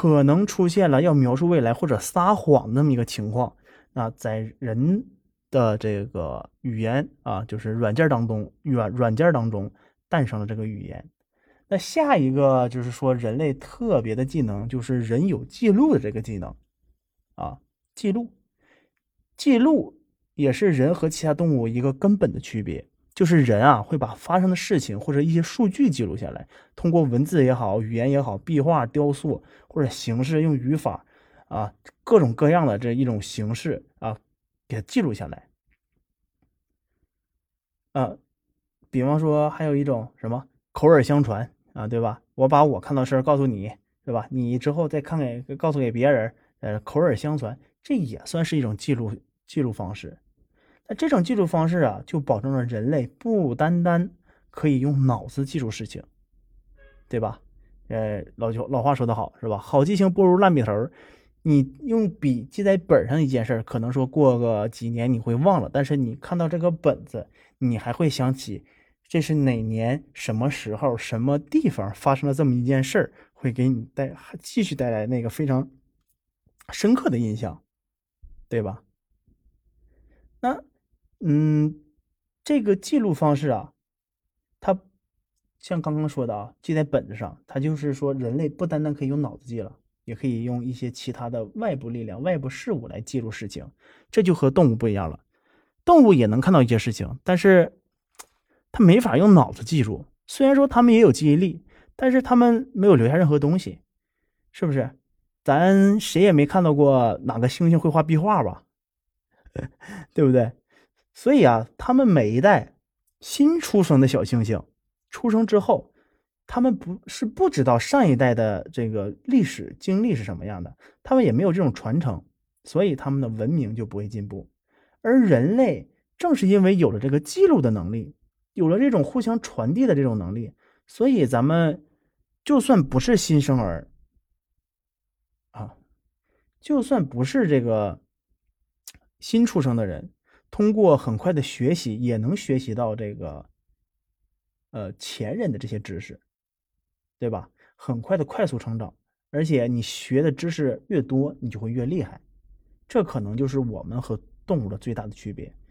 可能出现了要描述未来或者撒谎的那么一个情况。那在人的这个语言啊，就是软件当中诞生了这个语言。那下一个就是说人类特别的技能，就是人有记录的这个技能啊，记录，记录也是人和其他动物一个根本的区别。就是人啊，会把发生的事情或者一些数据记录下来，通过文字也好，语言也好，壁画、雕塑或者形式，用语法啊，各种各样的这一种形式啊，给它记录下来。啊，比方说还有一种什么口耳相传啊，对吧？我把我看到事儿告诉你，对吧？你之后再告诉给别人，口耳相传，这也算是一种记录方式。那这种记录方式啊，就保证了人类不单单可以用脑子记住事情，对吧？老话说得好，是吧？好记性不如烂笔头。你用笔记在本上一件事，可能说过个几年你会忘了，但是你看到这个本子，你还会想起这是哪年什么时候什么地方发生了这么一件事儿，会给你继续带来那个非常深刻的印象，对吧？那嗯，这个记录方式啊，它像刚刚说的啊，记在本子上，它就是说人类不单单可以用脑子记了，也可以用一些其他的外部力量、外部事物来记录事情。这就和动物不一样了，动物也能看到一些事情，但是它没法用脑子记住。虽然说它们也有记忆力，但是它们没有留下任何东西，是不是？咱谁也没看到过哪个猩猩会画壁画吧？对不对？所以啊，他们每一代新出生的小猩猩出生之后，他们不知道上一代的这个历史经历是什么样的，他们也没有这种传承，所以他们的文明就不会进步。而人类正是因为有了这个记录的能力，有了这种互相传递的这种能力，所以咱们就算不是新生儿啊，就算不是这个新出生的人，通过很快的学习，也能学习到这个前人的这些知识，对吧？很快的快速成长，而且你学的知识越多，你就会越厉害。这可能就是我们和动物的最大的区别。